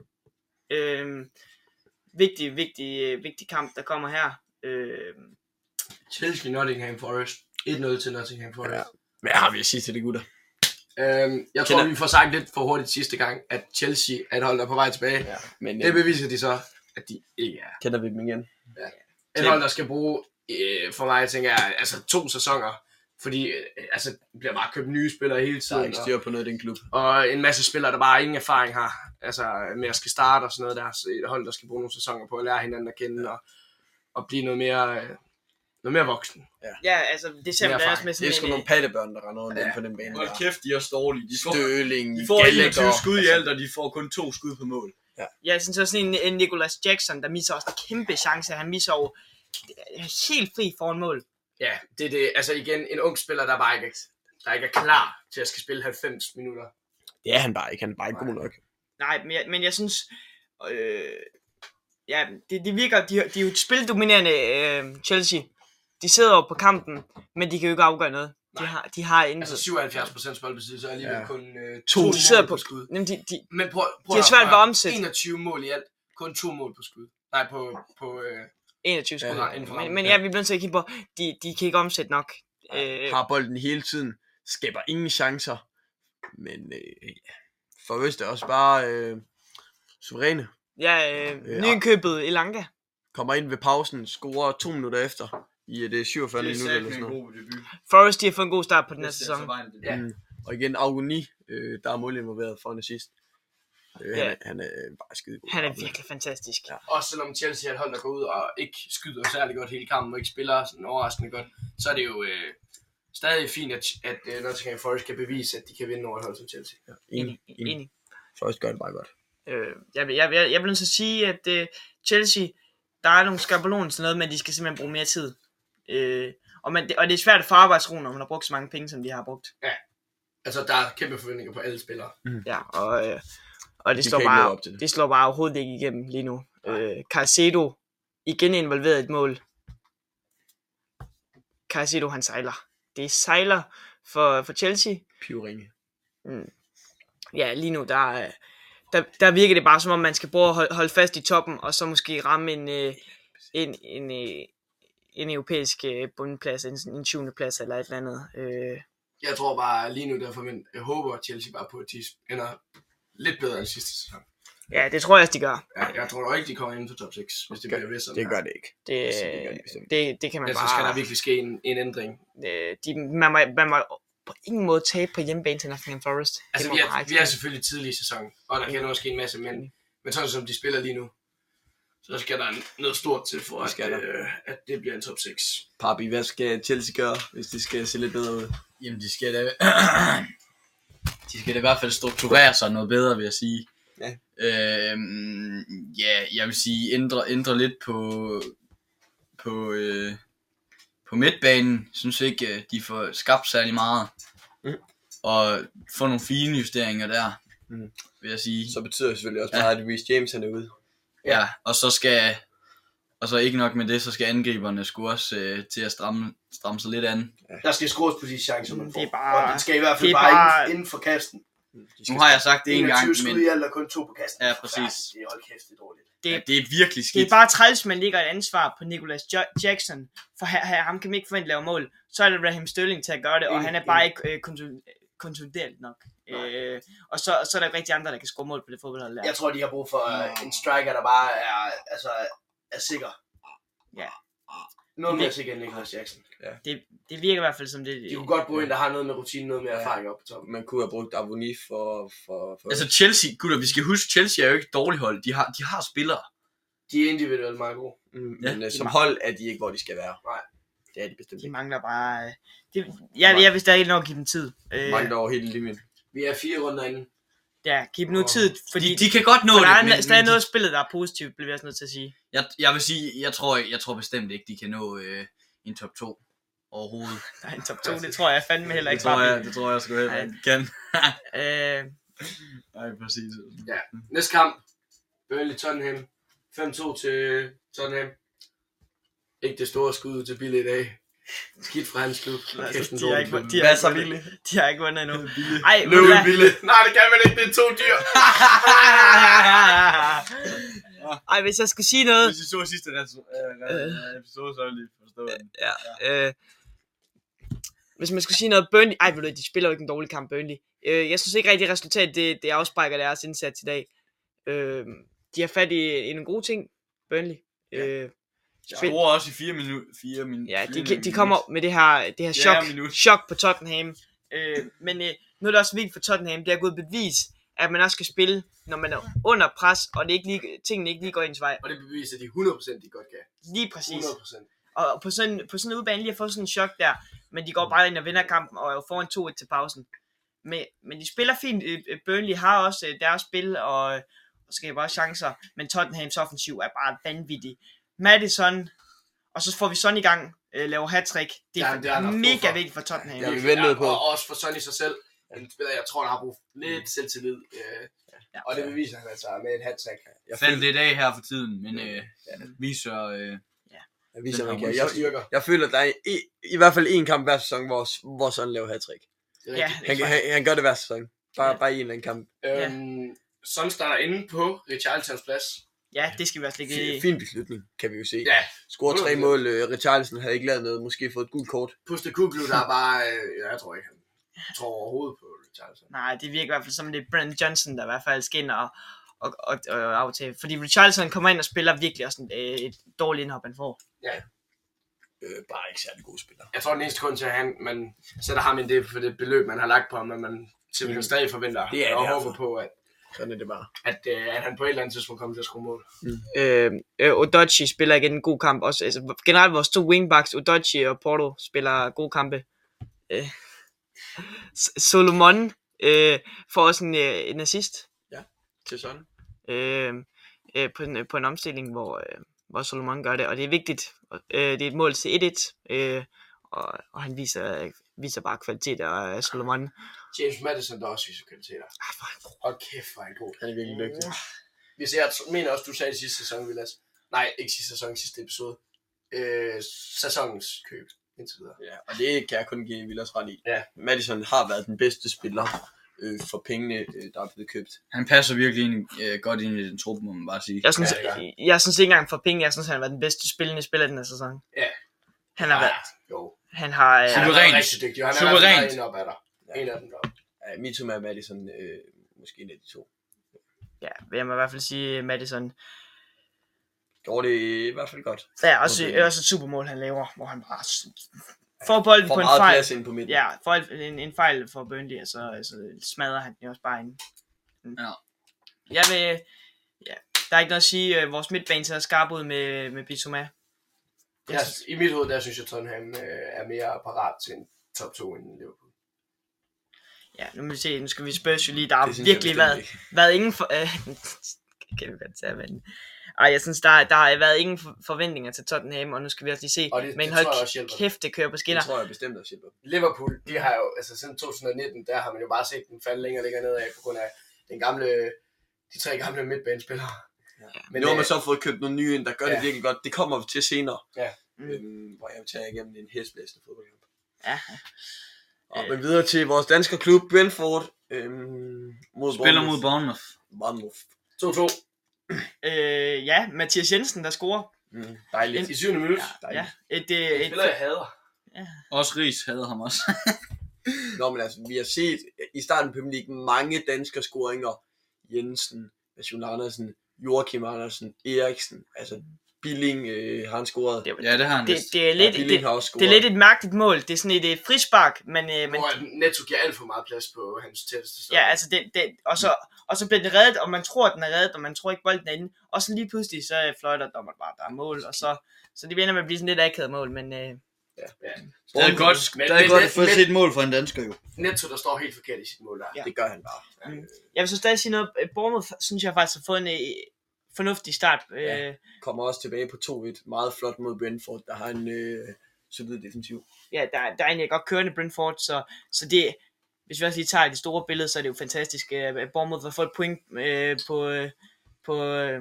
Øh, vigtig, vigtig, vigtig kamp, der kommer her. Øh, Chelsea Nottingham Forest. et nul til Nottingham Forest. Ja. Hvad har vi at sige til det, gutter? Øhm, jeg tror, Kender- vi får sagt lidt for hurtigt sidste gang, at Chelsea er et hold, der er på vej tilbage. Ja, men Det øh, beviser de så, at de ikke er. kender vi dem igen? Et hold, der skal bruge, øh, for mig tænker jeg, altså to sæsoner. Fordi øh, altså, der bliver bare købt nye spillere hele Der er tiden. ikke styr på noget i den klub. Og, og en masse spillere, der bare ingen erfaring har. Altså med at skal starte og sådan noget der. Så et hold, der skal bruge nogle sæsoner på at lære hinanden at kende. Og, og blive noget mere, øh, noget mere voksen. ja, altså, det ser Mere man også erfaring. med Det er sådan sgu en... nogle pattebørn, der render rundt Ja. inde på den bane. Hold der. kæft, de er også dårlige. De får, Støling, de får enogtyve Gallagher, skud i altså. alt, og de får kun to skud på mål. Ja, jeg synes også sådan en, en Nicolas Jackson, der misser også en kæmpe chance. Han misser jo helt fri foran mål. Ja, det er det. Altså igen, en ung spiller, der bare ikke, der ikke er klar til at skal spille halvfems minutter. Det er han bare ikke. Han er bare ikke god nok. Nej, men jeg, men jeg synes... Øh, ja, det, det virker... De, de er jo et spildominerende øh, Chelsea. De sidder jo på kampen, men de kan jo ikke afgøre noget. De har, de har intet. Altså syvoghalvfjerds procent boldbesiddelse og alligevel Ja. ja. kun øh, To. to de sidder mål på... på skud. Jamen, de, de, Men prøv, prøv de har at- svært ved prøv at at- omsætte. enogtyve mål i alt. Kun to mål på skud. Nej, på... på øh, enogtyve skud. Ja, inden for men, rammen, men ja. ja, vi bliver nødt til at kigge på, de, de kan ikke omsætte nok. Øh, Har bolden hele tiden. Skaber ingen chancer. Men øh, Forrest er også bare øh, suveræne. ja, øh, Øh, nykøbet Elanga. Kommer ind ved pausen. Scorer to minutter efter. I et øh, syvogfyrre Det er minutter eller sagt sådan med en noget. god debut. Forrest, de har fået en god start på den her Det er sæson. altså vejen, det Ja. Mm. Og igen Agoni, øh, der er mål involveret for en assist. Øh, Ja. han, er, han er bare skide god. Han er virkelig fantastisk. Ja. Også selvom Chelsea er et hold, der går ud og ikke skyder særlig godt hele kampen, og ikke spiller sådan overraskende godt, så er det jo øh, stadig fint, at, at uh, Nottingham Forest kan bevise, at de kan vinde over et hold som Chelsea. Ja, enig, enig. Enig. Forrest gør det bare godt. Øh, jeg, jeg, jeg, jeg vil nødt til at sige, at øh, Chelsea, der er nogle skabeloner sådan noget, men de skal simpelthen bruge mere tid. Øh, og, man, og det er svært at få arbejdsro, når man har brugt så mange penge, som de har brugt. Altså, der er kæmpe forventninger på alle spillere. Ja, og, øh, og det, De slår kan ikke leve bare, op til det. det slår bare overhovedet ikke igennem lige nu. Øh, Caicedo, igen involveret i et mål. Caicedo, han sejler. Det sejler for, for Chelsea. Pivringe. Mm. Ja, lige nu, der, er- der, der virker det bare som om, man skal prøve at holde, holde fast i toppen, og så måske ramme en, øh, en, en, øh, en europæisk øh, bundplads, en, en syvende plads eller et eller andet. Øh, Jeg tror bare lige nu, der forventer, jeg håber Chelsea bare på, at de ender lidt bedre end sidste sæson. ja, det tror jeg også, de gør. Ja, jeg tror dog ikke, de kommer inden for top seks, hvis det bliver ved sådan. Det gør det ikke. Det, Altså, det gør de bestemt. det, det kan man Ja, så skal der bare... virkelig ske en, en ændring. Øh, de, man, må, man må på ingen måde tabe på hjemmebane til Nottingham Forest. Altså, Det må vi bare er, ikke vi er ske. selvfølgelig tidlig i sæsonen, og der kan nu ske en masse, men, men sådan som de spiller lige nu, så skal der noget stort til for, Det at, skal der. øh, at det bliver en top seks. Papi, hvad skal Chelsea gøre, hvis de skal se lidt bedre ud? Jamen, de skal da... de skal da i hvert fald strukturere sig noget bedre, vil jeg sige. Ja. Øhm, ja, jeg vil sige, ændre, ændre lidt på... På, øh, på midtbanen. Synes ikke, øh, de får skabt særlig meget. Mm. Og få nogle fine justeringer der, Mm. vil jeg sige. Så betyder det selvfølgelig også Ja. meget, at Reece James han er ude. Ja, og så skal... Og så ikke nok med det, så skal angriberne sgu også øh, til at stramme, stramme sig lidt an. Der skal scores på de chancer, man Det får. er bare- og det skal i hvert fald det er bare, bare- Inden, inden for kasten. De skal Nu har jeg sagt det en gang, enogtyve skud men i alt og kun to på kasten. Ja, præcis. Det er hold kæft, det er dårligt. Det, ja, det er virkelig det skidt. er bare træls, man ligger et ansvar på Nicolas jo- Jackson, for her, her, ham kan man ikke forvente at lave mål. Så er det Raheem Sterling til at gøre det, og Enig, han er bare ikke øh, konsul- konsolideret nok. Øh, og så, så er der ikke rigtig andre, der kan score mål på det fodboldhold der. Jeg tror, de har brug for uh, en striker, der bare er, altså, er sikker. Ja. Noget mere sikker end Nicolas Jackson. Det, det virker i hvert fald som det. De kunne godt bruge en, der har noget med rutine, noget med Ja. erfaring op på toppen. Man kunne have brugt Avoni for... for, for Altså Chelsea, gutter, vi skal huske, Chelsea er jo ikke et dårligt hold. De har, de har spillere. De er individuelt meget gode. mm, Ja. men øh, som hold er de ikke, hvor de skal være. Nej. Det er de bestemt De ikke. mangler bare... Øh, det, jeg, jeg vil stadig nok give dem tid. Øh, Mange over hele linjen. Vi er fire runder inde. ja, giv dem nu Og- tid, fordi De, de kan godt nå for der det, er men, stadig men noget af de, spillet, der er positivt, bliver jeg også nødt til at sige. jeg, jeg vil sige, jeg tror, jeg tror bestemt ikke, de kan nå øh, en top to overhovedet. Der er en top to, det tror jeg fandme heller Det ikke. tror bare jeg, det tror jeg sgu heller Nej. ikke kan. Øh, Nej, præcis. Næste kamp. Burnley Tottenham. fem to til Tottenham. Ikke det store skud til Billy i dag. Skidt fra hans klub. Altså, Kæft, en de har dårlig ikke- klub. de har Hvad ikke så, vundet- Billy? De har ikke vundet endnu. Ej, ved Løv du hvad? Billy. Nej, det kan man ikke. Det er to dyr. Ej, hvis jeg skulle sige noget... Hvis I så sidste episode, så er det lige forstået. Ja, øh, hvis man skulle sige noget Burnley... Ej, ved du, de spiller jo ikke en dårlig kamp, Burnley. Øh, jeg synes ikke rigtig, resultat det, det afspejler deres indsats i dag. Øh, de har fat i en god ting, Burnley. Øh, Jeg scorer også i fire minutter. Fire min- ja, fire de, de minutter. kommer med det her, det her Ja, chok, minut. chok på Tottenham. Øh, men øh, nu er det også vildt for Tottenham, det er gået bevis, at man også skal spille, når man er under pres, og det ikke lige, tingene ikke lige går ens vej. Og det beviser de hundrede procent, de godt kan. Lige præcis. hundrede procent. Og på sådan, på sådan en udbane lige at få sådan en chok der, men de går bare ind og vinder kampen, og er jo foran to et til pausen. Men, men de spiller fint. Øh, øh, Burnley har også øh, deres spil, og, og så kan bare chancer, men Tottenhams offensiv er bare vanvittig. Madison, og så får vi Son i gang, øh, laver hat-trick. Det er, Ja, det er der brug mega for. vigtigt for Tottenham. Ja, vi ventede på. Og også for Son i sig selv. En spiller, jeg tror, der har brug for lidt selvtillid. Øh, Ja. og det beviser han altså med et hat-trick. Jeg Fandt det i dag her for tiden, men øh, viser... Øh, Jeg, viser, Den man har kan. Jeg, Styrker. jeg føler, der er i, i hvert fald en kamp hver sæson, hvor, hvor sådan laver hat-trick. Det er Ja, rigtigt. Han, han, han gør det hver sæson. Bare, Ja. bare i en eller anden kamp. Øhm, Son starter inde på Richarlisons plads. Ja, det skal vi også lægge i. Fin beslutning, kan vi jo se. Ja, Scorer tre hundrede procent. mål. Uh, Richarlison havde ikke lavet noget. Måske fået et gult kort. Puste Kuglu, der er bare... Øh, jeg tror ikke, han tror overhovedet på Richarlison. Nej, det virker i hvert fald som, det er Brennan Johnson, der i hvert fald skal ind og, og, og, og aftage. Fordi Richarlison kommer ind og spiller virkelig også en, øh, et dårligt indhop, han får. Øh, bare ikke særlig god spiller. Jeg tror, den eneste grund til, at han, man sætter ham ind, det er for det beløb, man har lagt på ham, at man simpelthen stadig forventer Det er og derfor. håber på, at, Sådan er det bare. At, øh, at han på et eller andet tidspunkt kommer til at skrue mål. Øh, øh, Udochi spiller igen en god kamp. Også, altså, generelt vores to wingbacks, Udochi og Porto, spiller gode kampe. Øh, Solomon øh, får også en, øh, en assist. Til sådan. Øh, øh, på, en, på en omstilling, hvor, øh, hvor Solomon gør det. Og det er vigtigt. Øh, det er et mål til et et. Øh, og, og han viser, viser bare kvalitet af Solomon. James Madison, der også viser kvaliteter. Ah, Hold kæft, hvor er han god. Han er virkelig dygtig. Hvis jeg mener også, du sagde det sidste sæson, Vilas. Nej, ikke sidste sæson, sidste episode. Øh, sæsonens køb, indtil videre. Ja, og det kan jeg kun give Vilas ret i. Ja. Madison har været den bedste spiller øh, for pengene, øh, der er blevet købt. Han passer virkelig ind, øh, godt ind i den truppe, må man bare sige. Jeg synes, Ja, det gør jeg, jeg synes ikke engang for penge, jeg synes, han har været den bedste spillende spiller i den her sæson. Ja. Han har været, Jo. han har, øh, Han har Suverænt. været rigtig dygtig. og Han er Suverænt. i hvert fald en op af dig. En af dem der. Ja, Mitoma og Madison, øh, måske en af de to. ja, vil jeg må i hvert fald sige, Madison. Gjorde det i hvert fald godt. Ja, også, Okay. også et supermål, han laver, hvor han bare s- får bolden For på en meget fejl. plads ind på midten. Ja, for en, en fejl for Burnley, og så altså, smadrer han den jo også bare ind. Ja. Jeg vil, ja, der er ikke noget at sige, øh, vores midtbane ser skarp ud med, med Bissouma. Jeg, I mit hoved, der synes jeg, Tottenham øh, er mere parat til en top to end Liverpool. Ja, nu må vi se, nu skal vi spørge jo lige, der har Det synes jeg virkelig bestemt været, ikke. været ingen for... Øh, kan vi godt tage, men... Ej, jeg synes, der, der har været ingen for- forventninger til Tottenham, og nu skal vi også lige se, Og det- men det hold tror jeg også hjælper. kæft, det kører på skinner. Det tror jeg bestemt også hjælper. Liverpool, de har jo, altså siden to tusind nitten, der har man jo bare set den falde længere og længere nedad, på grund af den gamle, de tre gamle midtbanespillere. Ja. Men, Men nu har man øh, så fået købt nogle nye ind, der gør ja. ja. det virkelig godt. Det kommer vi til senere. Ja. Mm. Øhm, hvor jeg vil tage igennem en hæsblæsende fodboldkamp. Ja. Og Øh. men videre til vores danske klub, Brentford. Øhm, mod Spiller mod Bournemouth. Bournemouth. to to Øh, ja, Mathias Jensen, der scorer. Mm, dejligt. i syvende minut. Ja, Dejligt. et, et, Det et, spiller jeg hader. Også Ries havde ham også. Nå, men altså, vi har set i starten på Premier League mange danske scoringer. Jensen, Jon Andersen, Joachim Andersen, Eriksen, altså Billing øh, har han scoret. det, Ja, det har han det, vist. det, er Ja, lidt, Billing det, har også scoret. det er lidt et mærkeligt mål. Det er sådan et, et frispark, men, øh, men Hvor Netto giver alt for meget plads på hans tætteste stop. ja, altså det, det, og, så, og så bliver den reddet, og man tror, at den er reddet, og man tror ikke, bolden er inde. Og så lige pludselig, så øh, fløjter dommeren bare, der er mål, og så, så det ender med at blive sådan lidt akavet mål, men øh, Det er godt, Men- det er men- godt at få men- set et mål for en dansker jo. Netto, der står helt forkert i sit mål der. Ja. Det gør han bare. Mm. jeg vil så stadig sige noget. øh, Bournemouth, synes jeg faktisk har fået en øh, fornuftig start. Øh, Ja. Kommer også tilbage på to et. Meget flot mod Brentford, der har en øh, solid defensiv. ja, der, der er egentlig godt kørende Brentford, så, så det, hvis vi også lige tager det store billede, så er det jo fantastisk. Øh, Bournemouth har fået et point øh, på, øh, på, øh,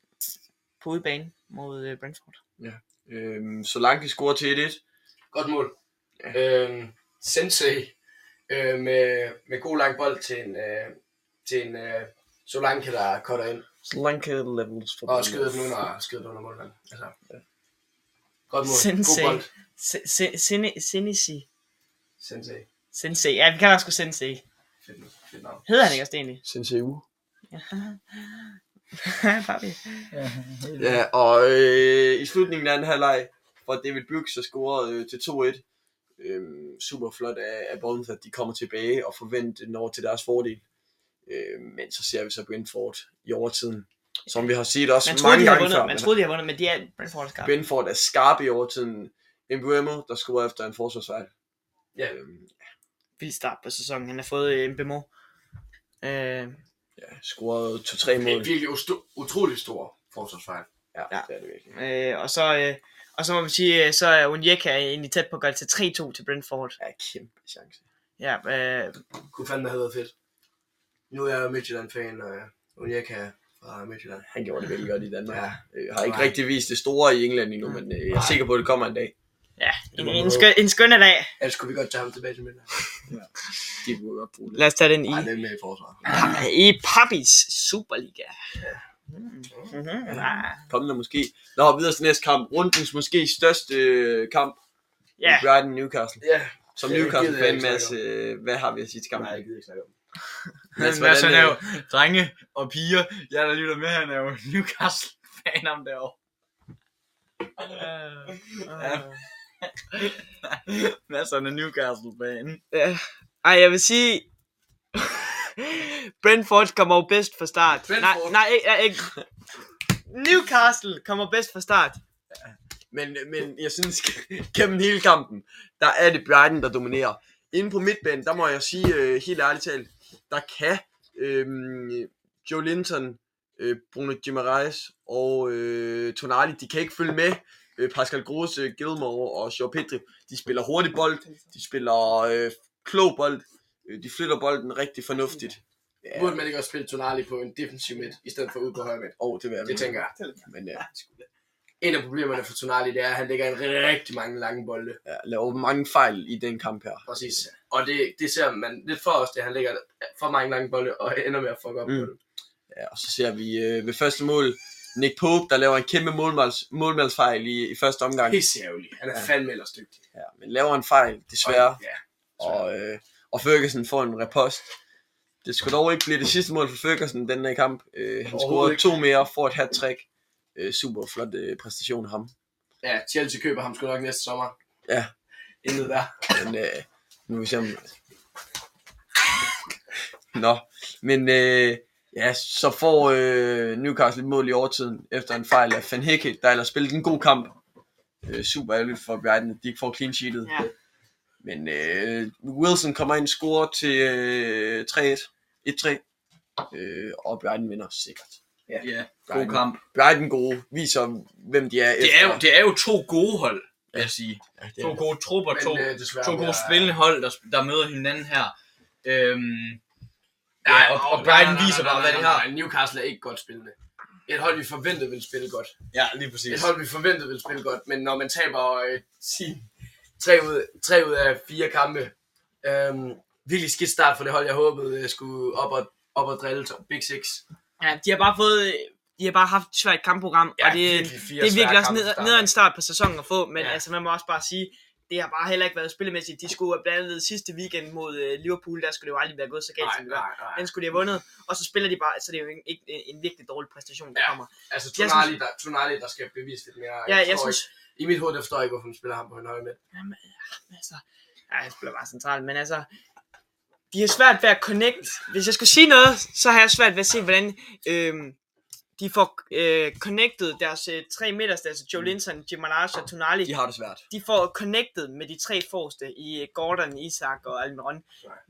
på udebane mod øh, Brentford. Øhm, Solanke scorer til et et. Godt mål. Ja. Øhm, Sensei øh, med, med god lang bold til en, øh, til en øh, Solanke, der cutter ind. Solanke levels for Og skyder den under, skyder den under målmanden. Altså, ja. Godt mål. Sensei. God bold. Se- se- Sene- Senesi. Sensei. Sensei. Ja, vi kan også gå Sensei. Fedt, fedt navn. Hedder han ikke også det egentlig? Sensei U. Papi. Ja, og øh, i slutningen af anden halvleg fra David Brooks, der scorede øh, til to et. Øhm, super flot af, af Bournemouth, at de kommer tilbage og forventer den over til deres fordel. Øh, men så ser vi så Brentford i overtiden, som vi har set også Man troede, mange de havde gange vundet, før. man troede, de havde vundet, men de er Brentford er skarpe. Brentford er skarpe i overtiden. Mbeumo, der scorer efter en forsvarsfejl. Ja. Øhm, Vild start på sæsonen. Han har fået øh, en bemo. Øh, ja, scoret to-tre Det er mål. en virkelig usto- utrolig stor forsvarsfejl. Ja, Ja. det er det virkelig. øh, og så øh, og så må man sige, øh, så er Onyeka egentlig tæt på at gøre det til tre to til Brentford. Ja, kæmpe chance. Ja, øh, Kunne fandme have været fedt. Nu er jeg Midtjylland-fan, og Onyeka fra Midtjylland. Han gjorde det virkelig godt i Danmark. Ja. Øh, har ikke rigtig vist det store i England endnu, men øh, jeg er Nej. sikker på, at det kommer en dag. ja, en, må en, man skøn, en skønne dag. Ellers kunne vi godt tage ham tilbage til Midtjylland. De kunne godt bruge det. Lad os tage den i, Nej, det er med i forsvaret. i Pappis Superliga. Mm-hmm. Ja. Kommende måske. Nå, videre til næste kamp. Rundens måske største øh, kamp. Ja. Brighton Newcastle. Ja. Som Ja, det gider jeg Newcastle-fan, ikke Mads, snakke øh, hvad har vi at sige til kampen? Nej, jeg gider ikke snakke om. Mads, Men altså, han er jo hvordan, drenge og piger. Jeg der lytter med, han er jo Newcastle-fan om derovre. Ja. Mads han er Newcastle-fan. Ja. Ej, jeg vil sige... Brentford kommer jo bedst fra start. Brentford? Nej, nej, ikke, ikke. Newcastle kommer bedst fra start. Men, men jeg synes, gennem hele kampen, der er det Brighton, der dominerer. Inde på midtbanen, der må jeg sige øh, helt ærligt talt, der kan øh, Joe Linton, øh, Bruno Guimaraes og øh, Tonali, de kan ikke følge med. Øh, Pascal Gross, øh, Gilmore og Joao Pedro, de spiller hurtig bold, de spiller øh, klog bold, øh, de flytter bolden rigtig fornuftigt. Ja. Burde man ikke også spille Tonali på en defensiv midt, i stedet for ud på højre midt? Åh, oh, det vil jeg Det tænker jeg. Men ja, En af problemerne for Tonali, det er, at han lægger en rigtig mange lange bolde. ja, laver mange fejl i den kamp her. Præcis. Og det, det ser man lidt for os, det han lægger for mange lange bolde, og ender med at fuck op Mm. på det. Ja, og så ser vi øh, ved første mål, Nick Pope, der laver en kæmpe målmands, målmandsfejl i, i første omgang. Pisse ærgerligt. Han er Ja. fandme ellers dygtig. Ja, men laver en fejl, desværre. Og, ja. Og, øh, og Ferguson får en repost. Det skulle dog ikke blive det sidste mål for Ferguson den her kamp. Øh, han Overhovedet scorede ikke. to mere, får et hat-trick. Øh, super flot øh, præstation af ham. Ja, Chelsea køber ham sgu nok næste sommer. Ja. Intet der. Men øh, nu vil vi se om... Nå, men øh, ja, så får øh, Newcastle et mål i overtiden efter en fejl af Van Hikke, der ellers spillede en god kamp. Øh, super ærgerligt for Brighton, at de ikke får clean sheetet. Ja. Men øh, Wilson kommer ind og scorer til øh, tre et. et tre. Øh, og Brighton vinder sikkert. Ja, god kamp. Brighton gode, viser hvem de er Det efter. er jo, det er jo to gode hold, vil jeg sige. Ja, det er To det. gode trupper, to, Men, øh, desværre, to gode jeg- spillende hold, der, der møder hinanden her. Øhm, Nej, ja, og, og Brighton viser bare, hvad de har. Newcastle er ikke godt spillende. Et hold, vi forventede ville spille godt. Ja, lige Et præcis. hold, vi forventede ville spille godt, men når man taber øh, sin, tre, ud, tre ud af fire kampe, øhm, virkelig skidt start for det hold, jeg håbede øh, skulle op og, op og drille til Big Six. Ja, de har bare fået... De har bare haft et svært kampprogram, Ja, og det, virkelig fire det er svære virkelig også kampe ned, fra start ned af. en start på sæsonen at få, men Ja. altså man må også bare sige, det har bare heller ikke været spillemæssigt. De skulle blandt andet sidste weekend mod uh, Liverpool, der skulle det jo aldrig være gået så galt, Nej, som det var. nej, nej. Den skulle de have vundet, og så spiller de bare, så det er jo en, ikke en, en virkelig dårlig præstation, der Ja. kommer. Altså Jeg Tonali, der, Tonali, der skal bevise lidt mere. Ja, jeg forstår synes, ikke, i mit hoved, der forstår jeg ikke, hvorfor man spiller ham på en højre midt. jamen, altså, ja, jeg spiller bare centralt, men altså, de har svært ved at connect. Hvis jeg skulle sige noget, så har jeg svært ved at se, hvordan øhm, de får øh, connected deres øh, tre midterste, altså Joe Linton, Guimaraes og Tonali. De har det svært. De får connected med de tre forreste i Gordon, Isak og Almiron.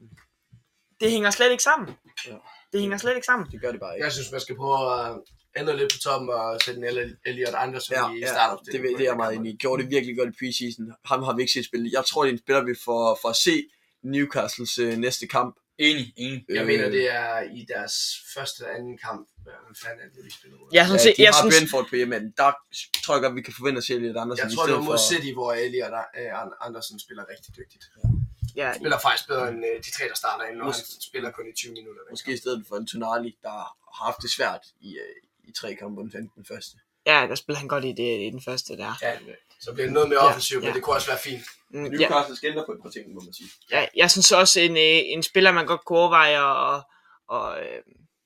Det hænger slet ikke sammen. Ja. Det hænger slet ikke sammen. Det gør det bare ikke. Jeg synes, man skal prøve at ændre lidt på toppen og sætte en Elliot- Elliot Anderson Ja, i ja, startopstillingen. det, det er jeg meget enig i. Gjorde det virkelig godt i preseason. Ham har vi ikke set spille. Jeg tror, det er en spiller, vi får for at se Newcastles øh, næste kamp. Enig, enig. Jeg mener, det er i deres første eller anden kamp. Hvad fanden er det, de spiller ud? Jeg synes, Ja, de jeg har synes, Brentford på hjemme. Der tror jeg godt, vi kan forvente at se lidt Andersen Jeg i tror, det var stedet mod for... City, hvor Elliot uh, Andersen spiller rigtig dygtigt. ja, Spiller faktisk bedre end uh, de tre, der starter ind, når Måske- han spiller kun i tyve minutter. Måske i stedet for en Tonali, der har haft det svært i, øh, i tre kampe, undtagen den første. ja, der spiller han godt i, det, i den første der. Ja, så bliver det noget mere Ja, offensivt, ja. men det kunne også være fint. Mm, ja, Newcastle skænder på et par ting, må man sige. ja, jeg synes også, en, øh, en spiller, man godt kunne overveje, og, og, øh,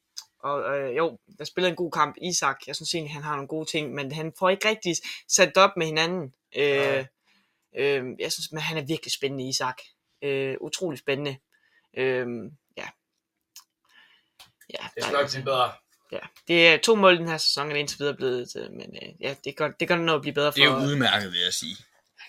og øh, jo, der spiller en god kamp, Isak. Jeg synes egentlig, han har nogle gode ting, men han får ikke rigtig sat det op med hinanden. Øh, øh, jeg synes, men han er virkelig spændende, Isak. Øh, utrolig spændende. Øh, ja. Ja, Det der- skal nok blive bedre. Ja, det er to mål den her sæson, er det indtil videre blevet til, men øh, ja, det gør, det gør noget at blive bedre for. Det er jo udmærket, vil jeg sige.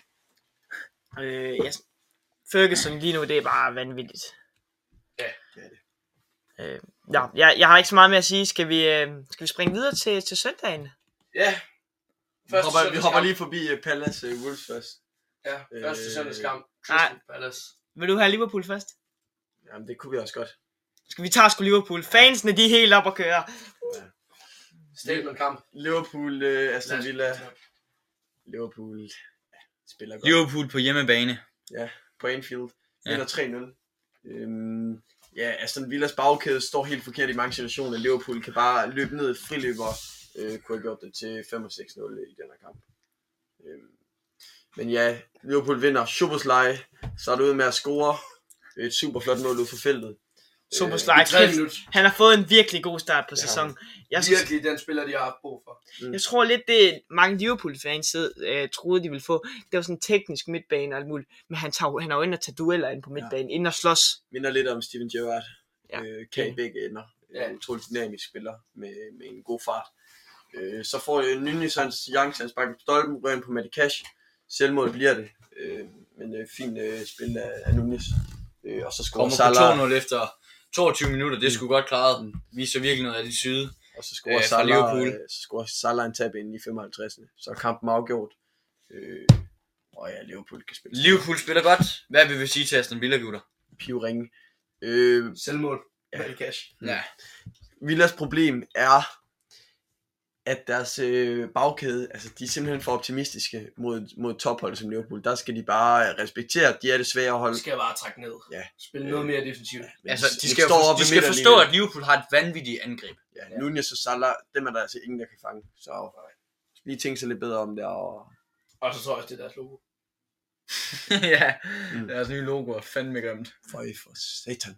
øh, ja, Ferguson lige nu, det er bare vanvittigt. Ja, det er det. Øh, ja, jeg, jeg har ikke så meget mere at sige. Skal vi, øh, skal vi springe videre til, til søndagen? Ja. Vi hopper, vi søndagskamp. hopper lige forbi uh, Palace uh, Wolves først. Ja, første Øh, søndagskamp. nej. Crystal Palace. Vil du have Liverpool først? Jamen, det kunne vi også godt. Skal vi tage sgu Liverpool? Fansene, de er helt op at køre. Statement-kamp. Liverpool, uh, Aston Lad os- Villa. Liverpool ja, spiller godt. Liverpool på hjemmebane. På Anfield. Ja. Vinder tre nul. Øhm, ja, Aston Villas bagkæde står helt forkert i mange situationer. Liverpool kan bare løbe ned et friløber. Øh, kunne have gjort det til fem og seks nul i den her kamp. Øhm, men ja, Liverpool vinder. Szoboszlai starter ud med at score. Et super flot mål ud for feltet. Szoboszlai, I tredje kæft, minut. han har fået en virkelig god start på Det har sæsonen. Jeg, synes, Virkelig den spiller, de har haft brug for. jeg tror lidt, det mange Liverpool-fans øh, troede, de ville få. Det var sådan en teknisk midtbane og alt muligt. Men han, tager, han har jo inde at tage dueller ind på midtbanen, ja. ind og slås. Minder lidt om Steven Gerrard. Ja. Øh, kan i begge ender. Ja. Ja. En utrolig dynamisk spiller med, med en god fart. Øh, så får øh, Nunez hans chance, han sparker på stolpen, rører ind på Matty Cash. Selvmål bliver det. Øh, men øh, fint øh, spil af, af Nunez. Øh, og så scorer Kommer på Salah. to nul efter toogtyve minutter, det skulle godt klaret. Mm. Viser virkelig noget af de syde. Og så scorer Øh, fra Salah, Liverpool. øh, så scorer Salah en tab ind i femoghalvtreds. Så er kampen afgjort. Øh, og ja, Liverpool kan spille. Liverpool spiller godt. Hvad vil vi sige til Aston Villa, gutter? Pivringe. Øh, Selvmål. Ja. Cash. Ja. Villas problem er, at deres øh, bagkæde, altså de er simpelthen for optimistiske mod, mod tophold som Liverpool. Der skal de bare respektere, at de er det svære hold. De skal bare trække ned. Ja. Spille noget mere defensivt. Men Altså, de de skal, jo står for, oppe de i skal midten forstå, alligevel. at Liverpool har et vanvittigt angreb. Ja, Nunez og Salah, dem er der altså ingen, der kan fange. Så lige tænke sig lidt bedre om det. Og... Og så tror jeg også, det er deres logo. ja, Mm. deres nye logo er fandme grimt. Føj for satan,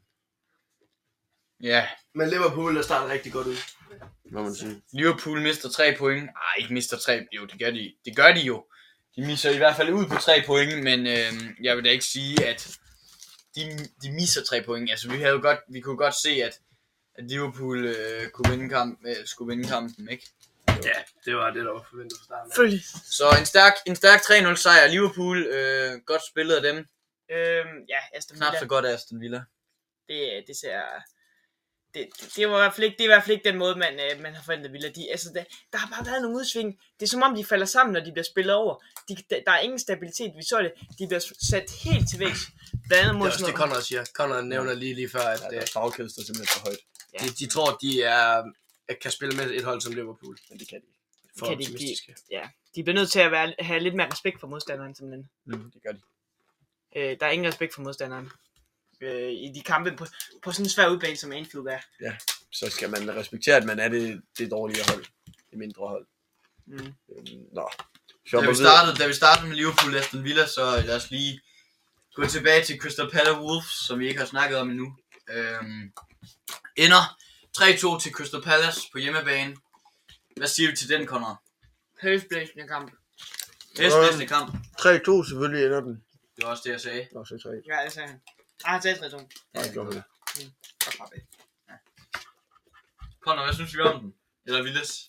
Ja, Men Liverpool der starter rigtig godt ud. må man sige. Liverpool mister tre point. Nej, ikke mister tre. Jo, det gør de. Det gør de jo. De misser i hvert fald ud på tre point, men øh, jeg vil da ikke sige, at de, de misser tre point. Altså, vi havde jo godt, vi kunne godt se, at, at Liverpool øh, kunne vinde kamp, øh, skulle vinde kampen, ikke? Ja, det var det, der var forventet fra starten. Selvfølgelig. Så en stærk, en stærk tre nul sejr. Liverpool, øh, godt spillet af dem. Øhm, ja, Aston Knap Villa, så godt af Aston Villa. det, det ser... Det, det, det, var i hvert fald ikke, det er i hvert fald ikke den måde, man, øh, man har forventet Villa. De, altså, der, der har bare været nogle udsving. Det er som om, de falder sammen, når de bliver spillet over. De, der, der er ingen stabilitet. Vi så det. De bliver sat helt til vækst. Blandt andet Det mod er også det, sådan noget. Conrad siger. Conrad nævner lige, lige før, at Ja, ja, deres bagkæde står simpelthen for højt. Ja. de, de tror, de er, at kan spille med et hold som Liverpool. Men det kan de ikke. For Kan de ikke optimistiske. Ja, de bliver nødt til at være, have lidt mere respekt for modstanderen, simpelthen. Mm, det gør de. Øh, der er ingen respekt for modstanderen. Øh, I de kampe på, på sådan en svær udbane, som Anfield er. Så skal man respektere, at man er det, det dårligere hold. Det mindre hold. Mm. Øhm, nå. Da vi, startede, da vi startede med Liverpool Aston Villa, så lad os lige gå tilbage til Crystal Palace Wolves, som vi ikke har snakket om endnu. Øhm, ender tre to til Crystal Palace på hjemmebane. Hvad siger vi til den, Conrad? Højstblæsende kamp. Næstbedste kamp. tre to selvfølgelig ender den. Det var også det, jeg sagde. Nå, så tre. Ja, det sagde han. Ah, han sagde tre to. Nej, det gjorde man det. Godt bare det. Conrad, hvad synes vi om den? Eller Villas?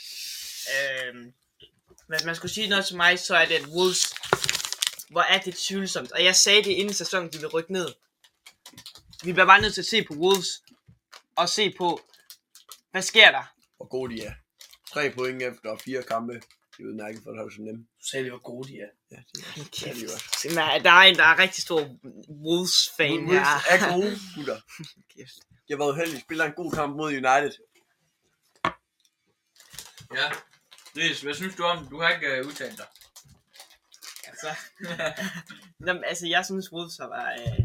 Øhm, hvis man skulle sige noget til mig, så er det, at Wolves, hvor er det tvivlsomt. Og jeg sagde det inden sæsonen, de vil rykke ned. Vi bliver bare nødt til at se på Wolves, og se på, hvad sker der? Hvor gode de er. Tre point efter fire kampe. Det er udmærket for et hold som dem. Du sagde, det var gode, de er. Ja, det er, det er de også. Simpelthen, der er en, der er rigtig stor Wolves-fan Wolves her. er gode gutter. De har været uheldige. Spiller en god kamp mod United. Ja. Ries, hvad synes du om den? Du har ikke uh, udtalt dig. Altså, Jamen, altså, jeg synes, Wolves har været... Øh...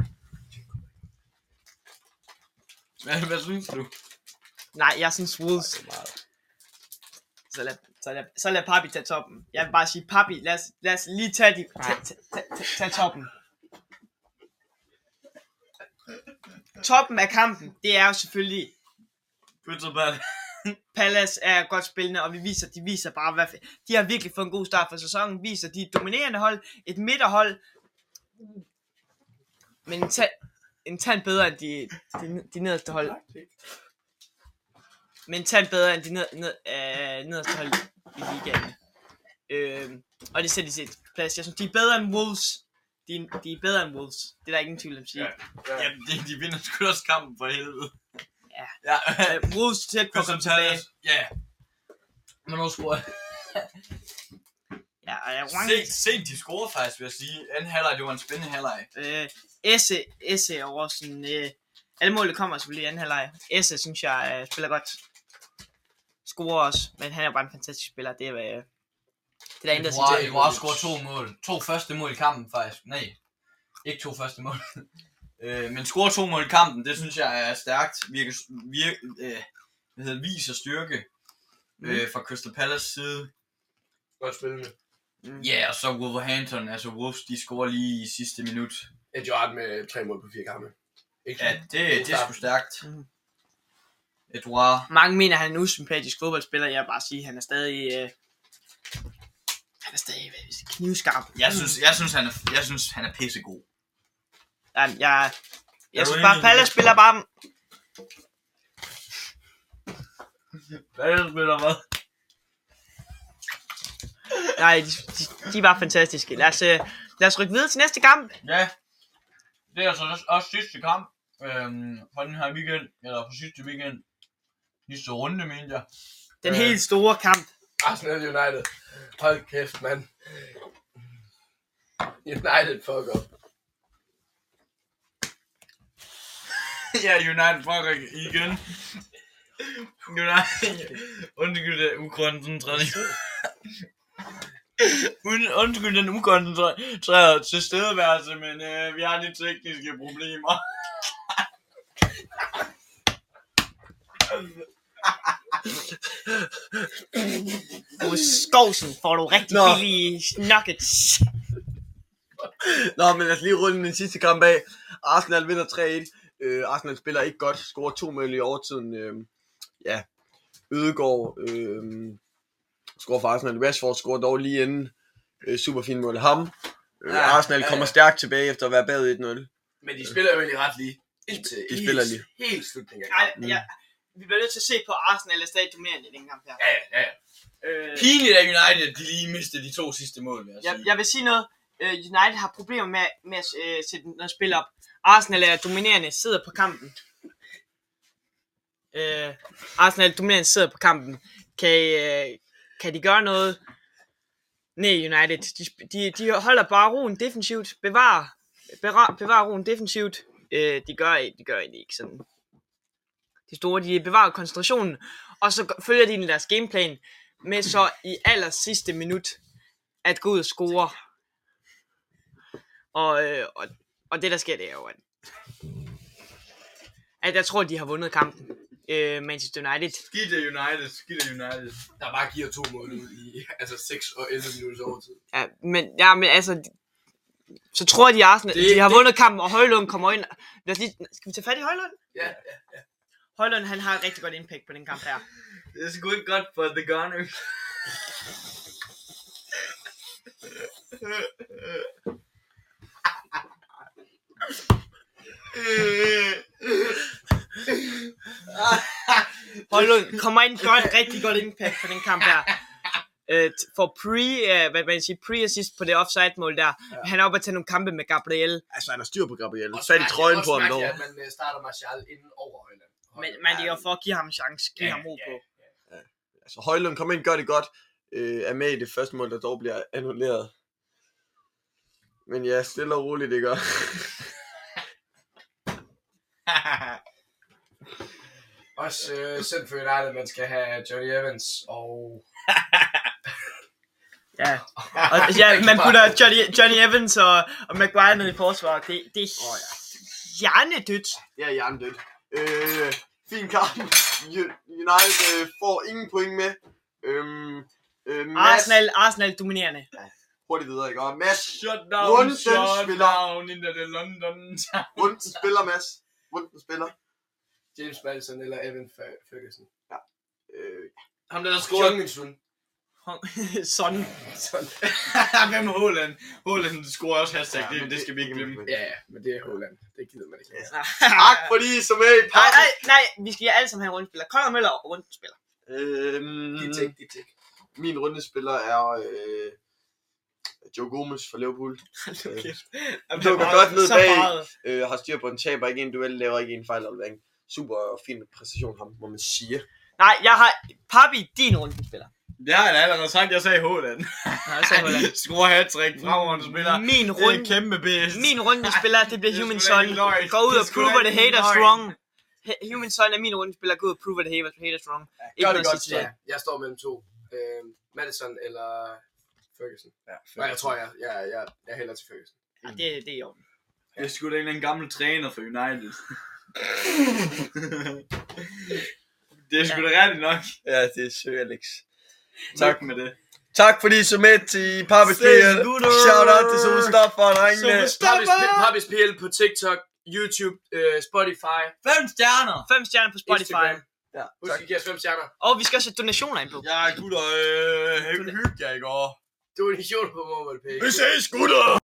Hvad, hvad synes du? Nej, jeg synes, Wolves... Det er meget. Så lad, så lad, så lad Papi tage toppen. Jeg vil bare sige, Papi, lad os, lad os lige tage, de, tage, tage, tage, tage toppen. Toppen af kampen, det er jo selvfølgelig... Crystal Palace. Palace er godt spillende, og vi viser, de viser bare, hvad de har virkelig fået en god start for sæsonen. Viser, de er et dominerende hold, et midterhold, men en, ta- en tand bedre end de, de, de nederste hold. Men en tand bedre end de ned, ned, øh, nederste hold i ligaen. Øh, og det sætter de sit plads. Jeg synes, de er bedre end Wolves. De er, de er bedre end Wolves. Det er der ingen tvivl om at sige. Ja, ja de, de vinder sgu også kampen for helvede. Ja. Ja. Øh, Wolves tæt på at komme tilbage. Ja. Men nu scorer Ja, og jeg Se, se, de scorer faktisk, vil jeg sige. Anden halvleg, det var en spændende halvleg. Øh, Esse, Esse og også sådan, øh, alle målene kommer selvfølgelig i anden halvleg. Esse, synes jeg, øh, spiller godt. Scorer også, men han er bare en fantastisk spiller. Det er, øh, det er der intet at sige til. Eduard scorer to mål. To første mål i kampen, faktisk. Nej, ikke to første mål. øh, men scorer to mål i kampen, det synes jeg er stærkt. Virker, virke, øh, hvad hedder, viser styrke Mm. øh, fra Crystal Palace side. Godt spillende. Mm. Ja, yeah, og så Wolverhampton, altså Wolves, de scorer lige i sidste minut. Eduard med tre mål på fire kampe. Ikke Ja, det, det er sgu stærkt. Mm. Eduard. Mange mener, at han er en usympatisk fodboldspiller. Jeg vil bare sige, at han er stadig... Øh, han er stadig knivskarp. Jeg synes, jeg synes, han er, jeg synes, han er pissegod. Jeg, jeg, jeg Er du synes enig bare, i Palace det? spiller bare... Hvad spiller hvad? Nej, de, de, de var fantastiske. Lad os, øh, lad os rykke videre til næste kamp. Ja, det er altså også, også sidste kamp øhm, for den her weekend, eller for sidste weekend. Sidste runde, mener jeg. Den Øh. helt store kamp. Arsenal United. Hold kæft, mand. United fuck up. Ja, United fucker igen. United. Undskyld det ukoncentreret. Und, undskyld den ukoncentrerede tilstedeværelse, men øh, vi har lidt tekniske problemer. Hos Skovsen får du rigtig Nå. billige nuggets. Nå, men lad os lige rulle den sidste kamp af. Arsenal vinder tre et. Øh, Arsenal spiller ikke godt. Scorer to mål i overtiden. Øh, ja, Ødegaard øh, scorer for Arsenal. Rashford scorer dog lige inden. Øh, super fint mål af ham. Øh, Ja, Arsenal ja, kommer ja. stærkt tilbage efter at være bagud et nul. Men de spiller jo egentlig ret lige. Indtil De helt, spiller lige. helt slutningen af Nej, kampen. ja, vi bliver nødt til at se på Arsenal er stadig dominerende i den kamp her. Ja, ja, ja. Øh, Pinligt af United, de lige mistede de to sidste mål, vil jeg jeg, sige. jeg vil sige noget. Øh, United har problemer med, med at øh, sætte noget spil op. Arsenal er dominerende, sidder på kampen. Øh, Arsenal dominerende sidder på kampen. Kan, øh, kan de gøre noget? Nej, United. De, de, de holder bare roen defensivt. Bevarer, bevarer, bevarer roen defensivt. Øh, de gør de gør egentlig ikke sådan. De store, de bevarer koncentrationen. Og så følger de deres gameplan med så i aller sidste minut at gå ud og score. Og, øh, og, og det der sker, det er jo, at, at jeg tror, de har vundet kampen. Øh, Manchester United. Skidt af United, skidt af United. Der bare giver to mål ud i altså seks og elleve minutter overtid. Ja, men, ja, men altså, så tror jeg, de, Arsenal, Det- de har det- vundet kampen, og Højlund kommer ind. Lad os lige, skal vi tage fat i Højlund? Ja, ja, ja. Højlund, han har et rigtig godt impact på den kamp her. Det er sgu ikke godt for The Gunners. Højlund kommer ind, gør et rigtig godt impact på den kamp her. Uh, for pre, uh, hvad man siger, pre-assist på det offside-mål der. Ja. Han er oppe at tage nogle kampe med Gabriel. Altså, han har styr på Gabriel. Også Fat i mærkeligt- trøjen også på ham mærkeligt, dog. at man øh, starter Martial inden over Højland. Men, men det er jo for at give ham en chance. Give Ja, ham ro ja, på. Altså, Højlund kommer ind, gør det godt. Øh, er med i det første mål, der dog bliver annulleret. Men ja, stille og roligt, det gør. Også øh, selv for United, at man skal have Johnny Evans og... Ja. Og, ja, man putter Johnny, Johnny Evans og, og Maguire ned i forsvaret. Det, det er Åh, ja. hjernedødt. Det er hjernedødt. Øh, fin kamp. United øh, får ingen point med. Øhm, øh, Mads, Arsenal, Arsenal dominerende. hurtigt videre, ikke? Og Mads, Shut down, Runden shut spiller. down into the London town. rundt spiller, Mads. Rundt spiller. James Madison eller Evan Fer- Ferguson. Øh, Ham der, der scorede. Jong-Min-Sun. Sådan. Sådan. Hvem er Haaland? Haaland scorer også hashtag, Ja, det, men det skal vi ikke glemme. Ja, ja, men det er Holland. Det gider man ikke. Ja. tak fordi I så med i Nej, pakken. nej, nej, vi skal alle sammen have en rundspiller. Conor Møller og rundspiller. Øhm, De tik, de tik. min rundespiller er øh, Joe Gomez for Liverpool. Okay. Du går godt ned Så bag. meget. Øh, har styr på en taber, ikke en duel, laver ikke en fejlaflevering. Super fin præstation ham, må man sige. Nej, jeg har Papi, din rundspiller. Det har jeg da allerede sagt, jeg sagde Haaland. Nej, så Holland. Scorer hat-trick, fremragende spiller. Min Det er rund, en kæmpe bedst. min rundespiller, det bliver Det er Human sgu da Son. ikke løgn. Gå ud Det er og sgu da prove the ikke haters løgn. wrong. H- Human Son er min rundespiller. Gå ud og prove the haters, haters wrong. Ikke gør det noget godt, at sige til Ja, jeg står mellem to. Øh, Madison eller Ferguson. Ja, Nej, jeg tror, jeg, jeg, jeg, jeg hælder til Ferguson. det. Ja, det, det er i orden. Det er sgu da en eller anden gammel træner for United. Det er sgu da rigtigt nok. Ja, det er søg, Alex. Tak med det. Tak fordi I så med til Pappes P Ses, L. gutter. Shout out til Solstoffer og drengene. Pappis, Pappis P L på TikTok, YouTube, øh, Spotify, Fem stjerner. Fem stjerner på Spotify. Instagram. Ja, Husk, tak. I giver os fem stjerner. Og vi skal også have donationer ind på. Ja, gutter, øh, hygge jer i går. Donation på MobilePay. Vi ses, gutter!